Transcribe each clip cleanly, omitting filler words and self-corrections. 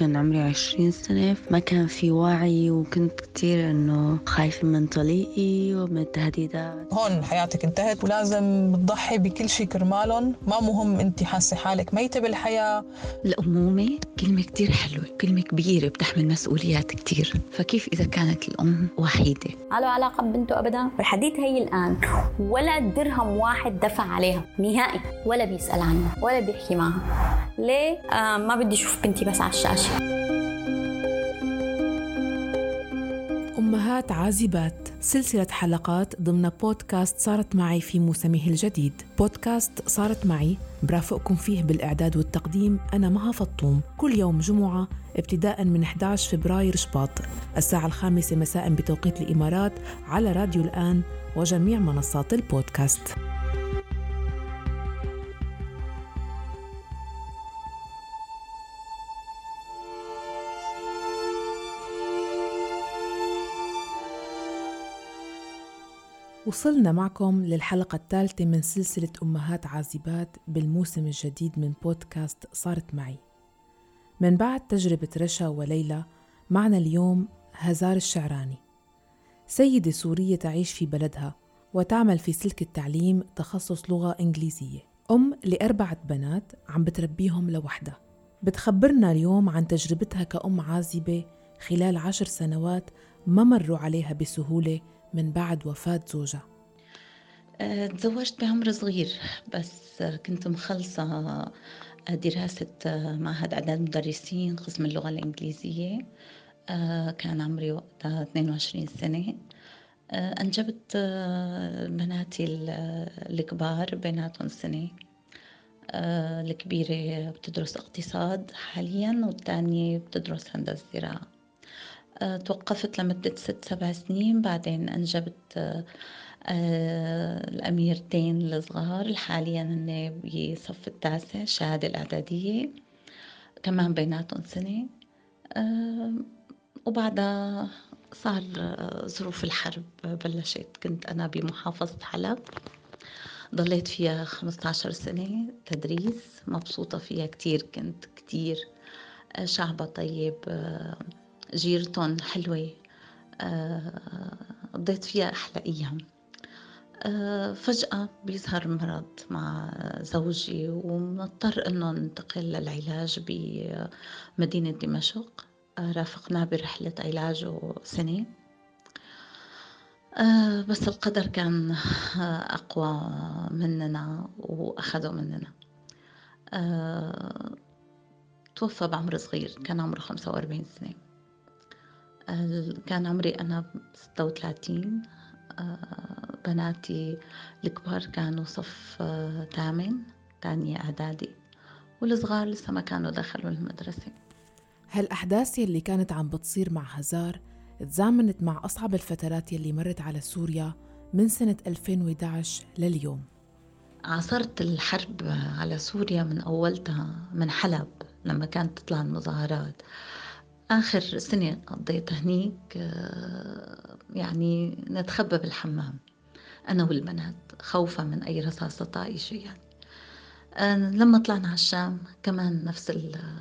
كان عمري 20 سنة، ما كان في وعي، وكنت كتير إنه خايفة من طليقي ومن التهديدات. هون حياتك انتهت ولازم تضحي بكل شيء كرمالهم. ما مهم انت حاسة حالك ميتة بالحياة. الأمومة كلمة كتير حلوة، كلمة كبيرة بتحمل مسؤوليات كتير، فكيف إذا كانت الأم وحيدة؟ على علاقة ببنته أبدا. الحديث هي الآن ولا درهم واحد دفع عليها نهائي، ولا بيسأل عنها ولا بيحكي معها. ليه؟ ما بدي أشوف بنتي بس على الشاشة. أمهات عازبات، سلسلة حلقات ضمن بودكاست صارت معي في موسمه الجديد. بودكاست صارت معي برافقكم فيه بالإعداد والتقديم أنا مها فطوم، كل يوم جمعة ابتداء من 11 فبراير شباط الساعة 5 مساء بتوقيت الإمارات على راديو الآن وجميع منصات البودكاست. وصلنا معكم للحلقة الثالثة من سلسلة أمهات عازبات بالموسم الجديد من بودكاست صارت معي. من بعد تجربة رشا وليلى معنا اليوم هزار الشعراني، سيدة سورية تعيش في بلدها وتعمل في سلك التعليم تخصص لغة إنجليزية، أم ل4 بنات عم بتربيهم لوحدها. بتخبرنا اليوم عن تجربتها كأم عازبة خلال 10 سنوات ما مروا عليها بسهولة من بعد وفاة زوجها. تزوجت بعمر صغير، بس كنت مخلصة دراسة معهد إعداد مدرسين قسم اللغة الإنجليزية. كان عمري وقتها 22 سنة. أنجبت بناتي الكبار بيناتهم سنة. الكبيرة بتدرس اقتصاد حاليا، والتانية بتدرس هندسة زراعة. توقفت لمدة 6-7 سنين، بعدين أنجبت الأميرتين الصغار حاليا هن بصف 9 الشهادة الإعدادية، كمان بيناتهم سنة. وبعدها صار ظروف الحرب بلشت. كنت أنا بمحافظة حلب، ضليت فيها 15 سنة تدريس، مبسوطة فيها كتير. كنت كتير شعبها طيب، جيرتهم حلوة، قضيت فيها أحلى أيام. فجأة بيظهر مرض مع زوجي، ونضطر إنه ننتقل للعلاج بمدينة دمشق. رافقنا برحلة علاجه سنة. بس القدر كان أقوى مننا وأخذه مننا. توفى بعمر صغير، كان عمره 45 سنة. كان عمري أنا 36. بناتي الكبار كانوا صف 8 تانية إعدادي، والصغار لسه ما كانوا دخلوا المدرسة. هالأحداث يلي كانت عم بتصير مع هزار تزامنت مع أصعب الفترات يلي مرت على سوريا من سنة 2011 لليوم. عاصرت الحرب على سوريا من أولتها، من حلب لما كانت تطلع المظاهرات. آخر سنة قضيتها هنيك يعني نتخبى بالحمام أنا والبنات خوفا من أي رصاصة طائشة يعني. لما طلعنا على الشام كمان نفس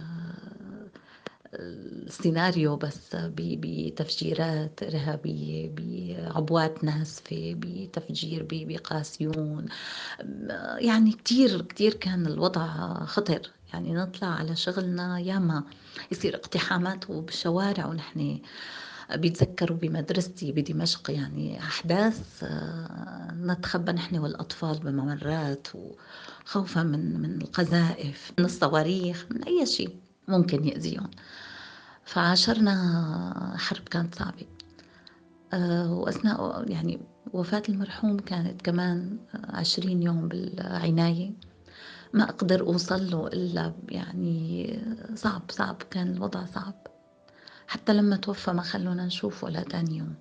السيناريو، بس بتفجيرات إرهابية، بعبوات ناسفة، بتفجير بقاسيون. يعني كتير كتير كان الوضع خطر. يعني نطلع على شغلنا ياما يصير اقتحامات وبالشوارع، ونحن بيتذكروا بمدرستي بدمشق يعني أحداث نتخبى نحن والأطفال بممرات، وخوفا من القذائف، من الصواريخ، من أي شيء ممكن يأذيهم. فعاشرنا حرب كانت صعبة. وأثناء يعني وفاة المرحوم كانت كمان 20 يوم بالعناية، ما أقدر أوصل له إلا يعني صعب كان الوضع صعب. حتى لما توفى ما خلونا نشوف ولا تاني يوم.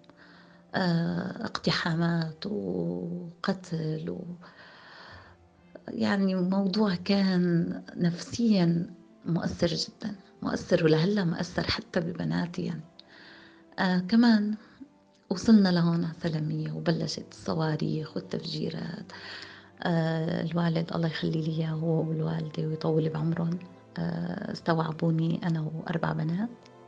اقتحامات وقتل يعني موضوع كان نفسيا مؤثر جدا، مؤثر، ولهلا مؤثر حتى ببناتي يعني. كمان وصلنا لهون على سلمية وبلشت الصواريخ والتفجيرات. الوالد الله يخلي لي إياه هو والوالدة ويطول بعمرهم، استوعبوني أنا و4 بنات.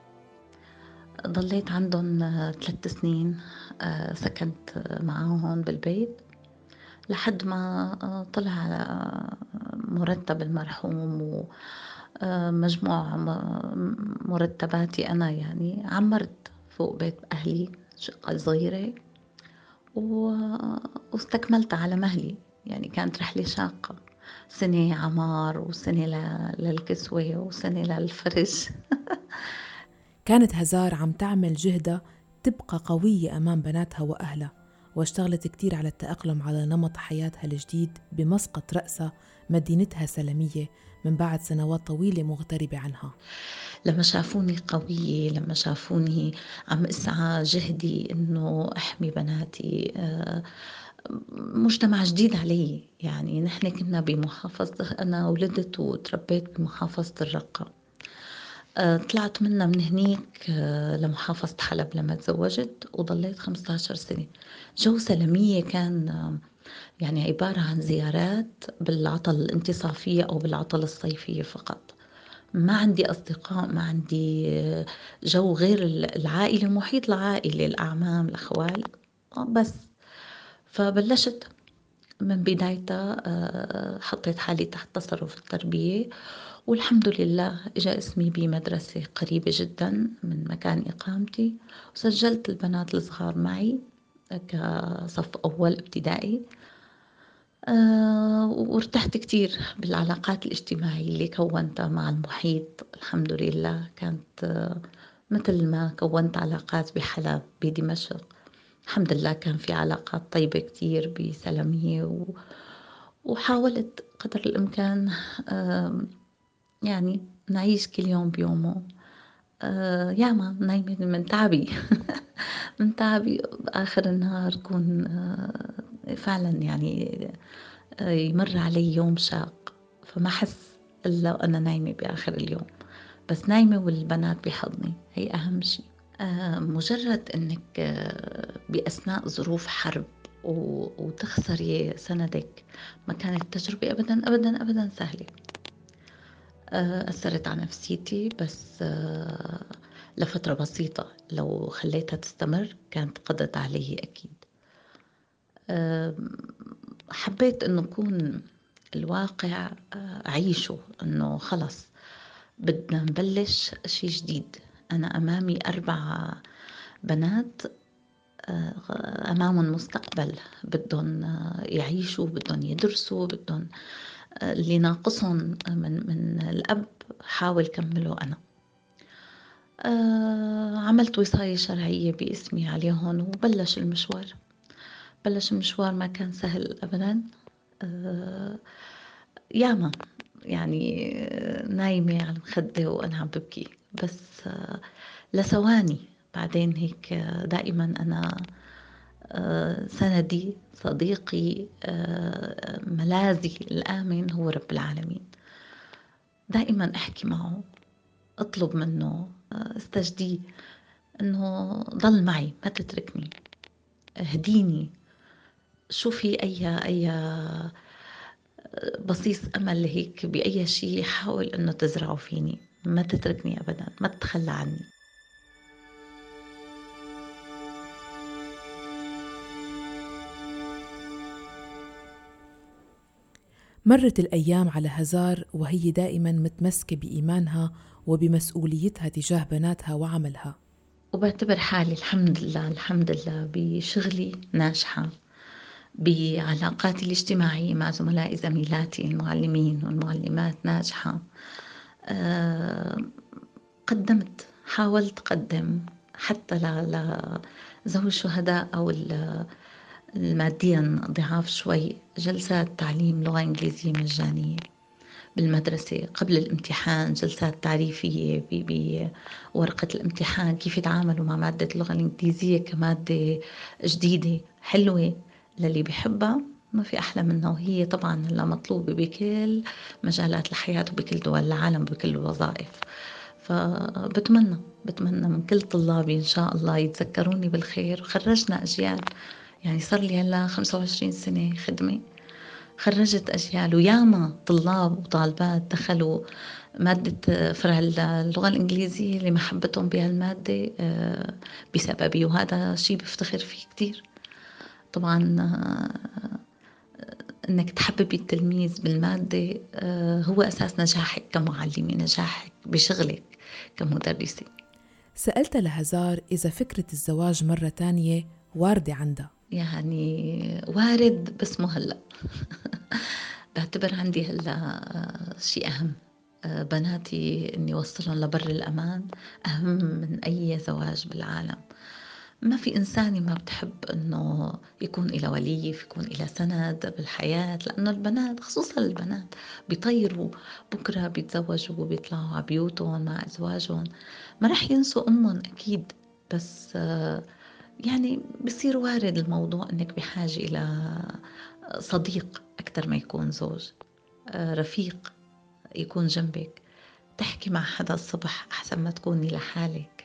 ضليت عندهم 3 سنين، سكنت معاهم بالبيت لحد ما طلع مرتب المرحوم ومجموع مرتباتي أنا، يعني عمرت فوق بيت أهلي شقة صغيرة واستكملت على مهلي. يعني كانت رحلة شاقة، سنة عمار وسنة للكسوة وسنة للفرش. كانت هزار عم تعمل جهدها تبقى قوية أمام بناتها وأهلها، واشتغلت كتير على التأقلم على نمط حياتها الجديد بمسقط رأسها مدينتها سلمية من بعد سنوات طويلة مغتربة عنها. لما شافوني قوية، لما شافوني عم اسعى جهدي إنه أحمي بناتي، مجتمع جديد علي. يعني نحن كنا بمحافظة، أنا ولدت وتربيت بمحافظة الرقة، طلعت منها من هنيك لمحافظة حلب لما تزوجت وضليت 15 سنة. جو سلمية كان، يعني عبارة عن زيارات بالعطل الانتصافية أو بالعطل الصيفية فقط. ما عندي أصدقاء، ما عندي جو غير العائلة، محيط العائلة، الأعمام، الأخوال بس. فبلشت من بدايتها، حطيت حالي تحت تصرف التربية، والحمد لله إجا اسمي بمدرسة قريبة جدا من مكان إقامتي، وسجلت البنات الصغار معي كصف أول ابتدائي. وارتحت كتير بالعلاقات الاجتماعية اللي كونتها مع المحيط. الحمد لله كانت مثل ما كونت علاقات بحلب بدمشق، الحمد لله كان في علاقات طيبة كتير بسلمية. وحاولت قدر الإمكان يعني نعيش كل يوم بيومه. ياما نايمة من تعبي من تعبي آخر النهار كون فعلا يعني يمر علي يوم شاق، فما حس إلا وأنا نايمة بآخر اليوم، بس نايمة والبنات بحضني، هي أهم شيء. مجرد أنك بأثناء ظروف حرب وتخسري سندك، ما كانت تجربة أبدا أبدا أبدا سهلة. أثرت على نفسيتي، بس لفترة بسيطة. لو خليتها تستمر كانت قضت علي أكيد. حبيت أنه يكون الواقع أعيشه، أنه خلص بدنا نبلش شيء جديد. أنا أمامي 4 بنات أمامهم مستقبل، بدهم يعيشوا، بدهم يدرسوا، بدهم اللي ناقصهم من الأب حاول كمله أنا. عملت وصاية شرعية باسمي عليهم وبلش المشوار. ما كان سهل أبدا. ياما يعني نايمة على المخدة وأنا عم ببكي، بس لثواني بعدين هيك دائما أنا سندي، صديقي، ملاذي الآمن هو رب العالمين. دائما أحكي معه، أطلب منه، استجديه أنه ضل معي، ما تتركني، اهديني، شوفي أي بصيص أمل هيك بأي شيء، حاول أنه تزرعه فيني، ما تتركني أبدا، ما تتخلى عني. مرت الأيام على هزار وهي دائما متمسكة بإيمانها وبمسؤوليتها تجاه بناتها وعملها. وبعتبر حالي الحمد لله الحمد لله بشغلي ناجحة، بعلاقاتي الاجتماعية مع زملائي زميلاتي المعلمين والمعلمات ناجحة. قدمت، حاولت أقدم حتى لذوي الشهداء أو الماديا ضعاف شوي جلسات تعليم لغة إنجليزية مجانية بالمدرسة قبل الامتحان، جلسات تعريفية بورقة الامتحان، كيف يتعاملوا مع مادة اللغة الإنجليزية كمادة جديدة حلوة للي بيحبها. ما في أحلى منها، وهي طبعا هلا مطلوبة بكل مجالات الحياة وبكل دول العالم وبكل الوظائف. فبتمنى من كل طلابي إن شاء الله يتذكروني بالخير. وخرجنا أجيال، يعني صار لي هلا 25 سنة خدمة، خرجت أجيال، وياما طلاب وطالبات دخلوا مادة فرع اللغة الإنجليزية لمحبتهم بهالمادة بسببي، وهذا شيء بفتخر فيه كتير. طبعا إنك تحببي التلميذ بالمادة هو أساس نجاحك كمعلمة، نجاحك بشغلك كمدرسة. سألت لهزار إذا فكرة الزواج مرة تانية واردة عندها. يعني وارد بس مو هلأ. بعتبر عندي هلأ شيء أهم، بناتي إني وصلهم لبر الأمان أهم من أي زواج بالعالم. ما في إنسانة ما بتحب إنه يكون إلى ولي، يكون إلى سند بالحياة، لأنه البنات خصوصا البنات بيطيروا بكرة بيتزوجوا وبيطلعوا على بيوتهم مع أزواجهم، ما رح ينسوا أمهم أكيد، بس يعني بصير وارد الموضوع إنك بحاجة إلى صديق أكتر ما يكون زوج، رفيق يكون جنبك، تحكي مع حدا الصبح أحسن ما تكوني لحالك،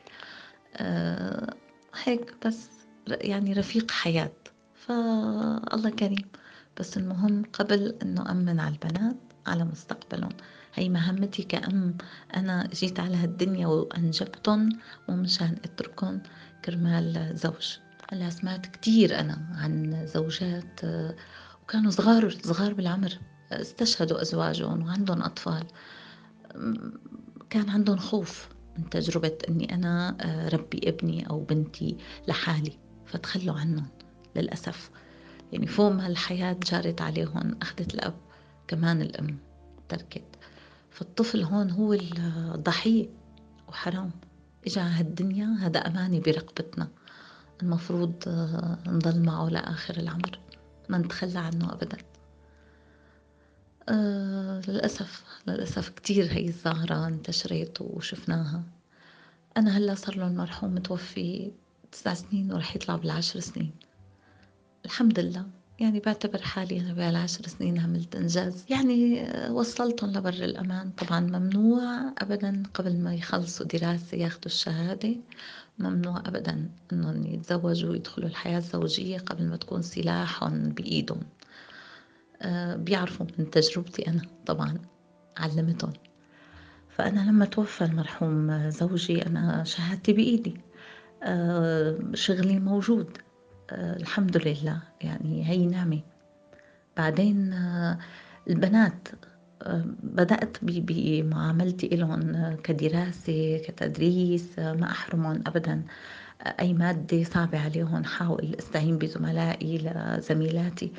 هيك بس يعني رفيق حياة. فالله كريم، بس المهم قبل أنه أمن على البنات على مستقبلهم. هي مهمتي كأم، أنا جيت على هالدنيا وأنجبتهم مو مشان أتركهم كرمال زوج. هلا سمعت كتير أنا عن زوجات وكانوا صغار بالعمر استشهدوا أزواجهم وعندهم أطفال، كان عندهم خوف من تجربة أني أنا ربي ابني أو بنتي لحالي، فتخلوا عنهم للأسف. يعني فوق ما الحياة جارت عليهم أخذت الأب كمان الأم تركت، فالطفل هون هو الضحية، وحرام إجا هالدنيا، هذا أماني برقبتنا، المفروض نضل معه لآخر العمر، ما نتخلى عنه أبدا. للأسف كتير هي الظاهرة انتشرت وشفناها. أنا هلأ صار له المرحوم متوفي 9 سنين ورح يطلع بال10 سنين، الحمد لله. يعني بعتبر حالي أنا بهال10 سنين عملت إنجاز، يعني وصلتهم لبر الأمان. طبعا ممنوع أبدا قبل ما يخلصوا دراسة ياخدوا الشهادة، ممنوع أبدا أنهم يتزوجوا ويدخلوا الحياة الزوجية قبل ما تكون سلاحهم بإيدهم. بيعرفوا من تجربتي أنا طبعا علمتهم. فأنا لما توفى المرحوم زوجي أنا شهادتي بإيدي، شغلي موجود، الحمد لله، يعني هي نعمة. بعدين البنات بدأت بمعاملتي لهم كدراسة كتدريس، ما أحرمهم أبدا أي مادة صعبة عليهم، حاول استعين بزملائي لزميلاتي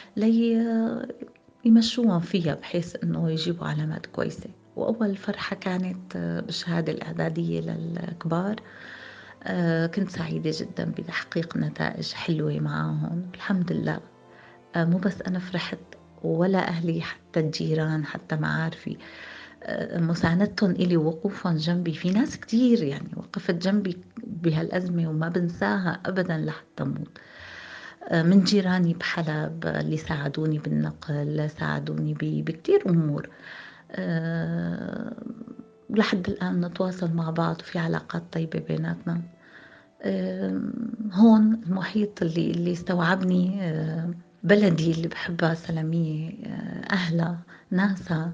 يمشوهم فيها بحيث أنه يجيبوا علامات كويسة. وأول فرحة كانت بالشهادة الإعدادية للكبار، كنت سعيدة جدا بتحقيق نتائج حلوة معهم الحمد لله. مو بس أنا فرحت ولا أهلي، حتى الجيران حتى معارفي، مساندتهم إلي ووقوفهم جنبي. في ناس كتير يعني وقفت جنبي بهالأزمة وما بنساها أبدا لحتى موت، من جيراني بحلب اللي ساعدوني بالنقل، ساعدوني بكتير أمور، ولحد الآن نتواصل مع بعض وفي علاقات طيبة بيناتنا. هون المحيط اللي استوعبني، بلدي اللي بحبها سلامية، أهلها ناسها،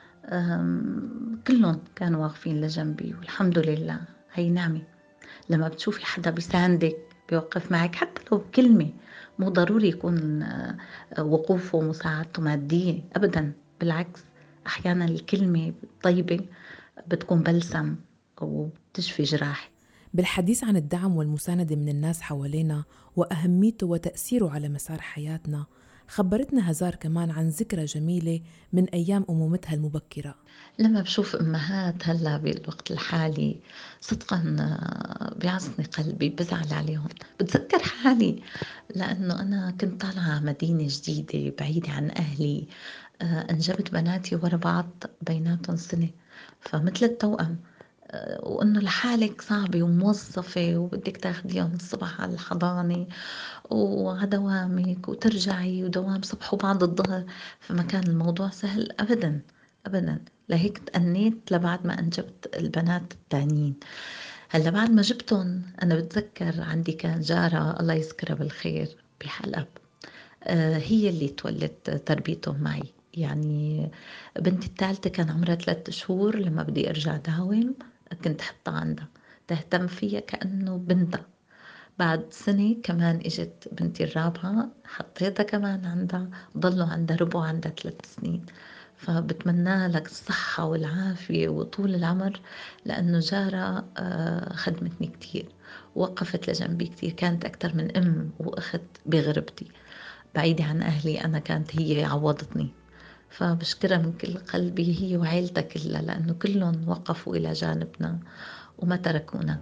كلهم كانوا واقفين لجنبي والحمد لله. هي نعمة لما بتشوفي حدا بيساندك بيوقف معك حتى لو بكلمة، مو ضروري يكون وقوفه ومساعدته مادية أبدا، بالعكس أحيانا الكلمة الطيبة بتكون بلسم وبتشفي جراح. بالحديث عن الدعم والمساندة من الناس حوالينا وأهميته وتأثيره على مسار حياتنا، خبرتنا هزار كمان عن ذكرى جميلة من أيام أمومتها المبكرة. لما بشوف أمهات هلا بالوقت الحالي صدقا بيعصني قلبي، بزعل عليهم، بتذكر حالي لأنه أنا كنت طالعة مدينة جديدة بعيدة عن أهلي، أنجبت بناتي ورا بعض بيناتهم سنة، فمثل التوأم، وإنه لحالك صعبة وموظفة وبدك تاخديهم الصبح على الحضانة وعلى دوامك وترجعي ودوام صبح وبعد الظهر، فما كان الموضوع سهل أبدا أبدا. لهيك تأنيت لبعد ما أنجبت البنات التانيين. هلا بعد ما جبتهم أنا بتذكر عندي كان جارة الله يذكرها بالخير بحلب، هي اللي تولت تربيتهم معي. يعني بنتي الثالثة كان عمرها 3 شهور لما بدي أرجع داوم، كنت حطها عندها تهتم فيها كأنه بنتها. بعد سنة كمان إجت بنتي الرابعة، حطيتها كمان عندها، ضلوا عندها ربع عندها 3 سنين. فبتمنى لك الصحة والعافية وطول العمر، لأنه جارة خدمتني كتير، وقفت لجنبي كتير، كانت أكتر من أم وأخت بغربتي، بعيدة عن أهلي أنا كانت هي عوضتني. فبشكرها من كل قلبي، هي وعيلتها كلها، لأنه كلهم وقفوا إلى جانبنا وما تركونا.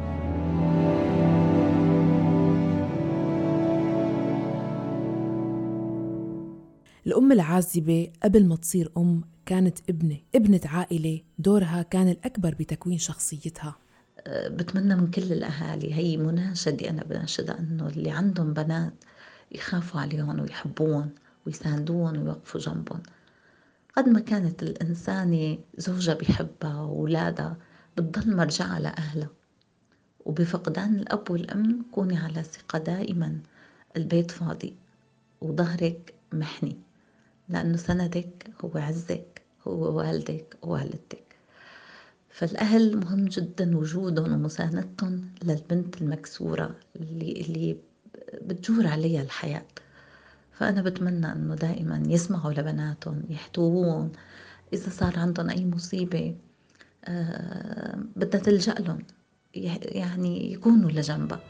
الأم العازبة قبل ما تصير أم كانت ابنة عائلة، دورها كان الأكبر بتكوين شخصيتها. بتمنى من كل الأهالي، هي مناشدة أنا بناشدها، أنه اللي عندهم بنات يخافوا عليهم ويحبوهم ويساندوهم ويوقفوا جنبهم. قد ما كانت الإنسانة زوجها بيحبها وولادها، بتضل مرجعها لأهلها. وبفقدان الأب والأم كوني على ثقة دائما، البيت فاضي وظهرك محني، لأنه سندك هو عزك، هو والدك ووالدتك. فالأهل مهم جدا وجودهم ومساندتهم للبنت المكسورة اللي بتجور عليها الحياة. فأنا بتمنى أنه دائما يسمعوا لبناتهم، يحتوون، إذا صار عندهم أي مصيبة بدها تلجأ لهم، يعني يكونوا لجنبها.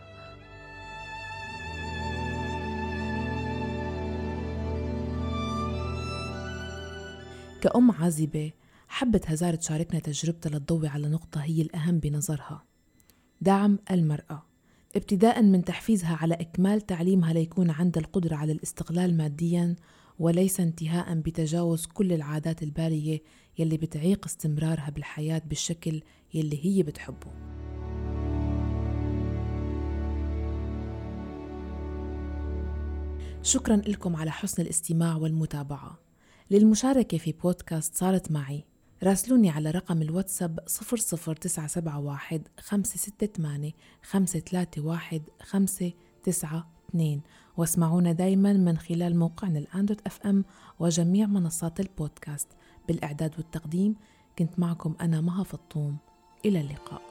كأم عازبة حبت هزار تشاركنا تجربتها للضوء على نقطة هي الأهم بنظرها: دعم المرأة، ابتداء من تحفيزها على إكمال تعليمها ليكون عندها القدرة على الاستقلال ماديا، وليس انتهاء بتجاوز كل العادات البالية يلي بتعيق استمرارها بالحياة بالشكل يلي هي بتحبه. شكرا لكم على حسن الاستماع والمتابعة. للمشاركة في بودكاست صارت معي راسلوني على رقم الواتساب 00971 568 531 592، واسمعونا دايما من خلال موقعنا الآن.fm وجميع منصات البودكاست. بالإعداد والتقديم كنت معكم أنا مها فطوم. إلى اللقاء.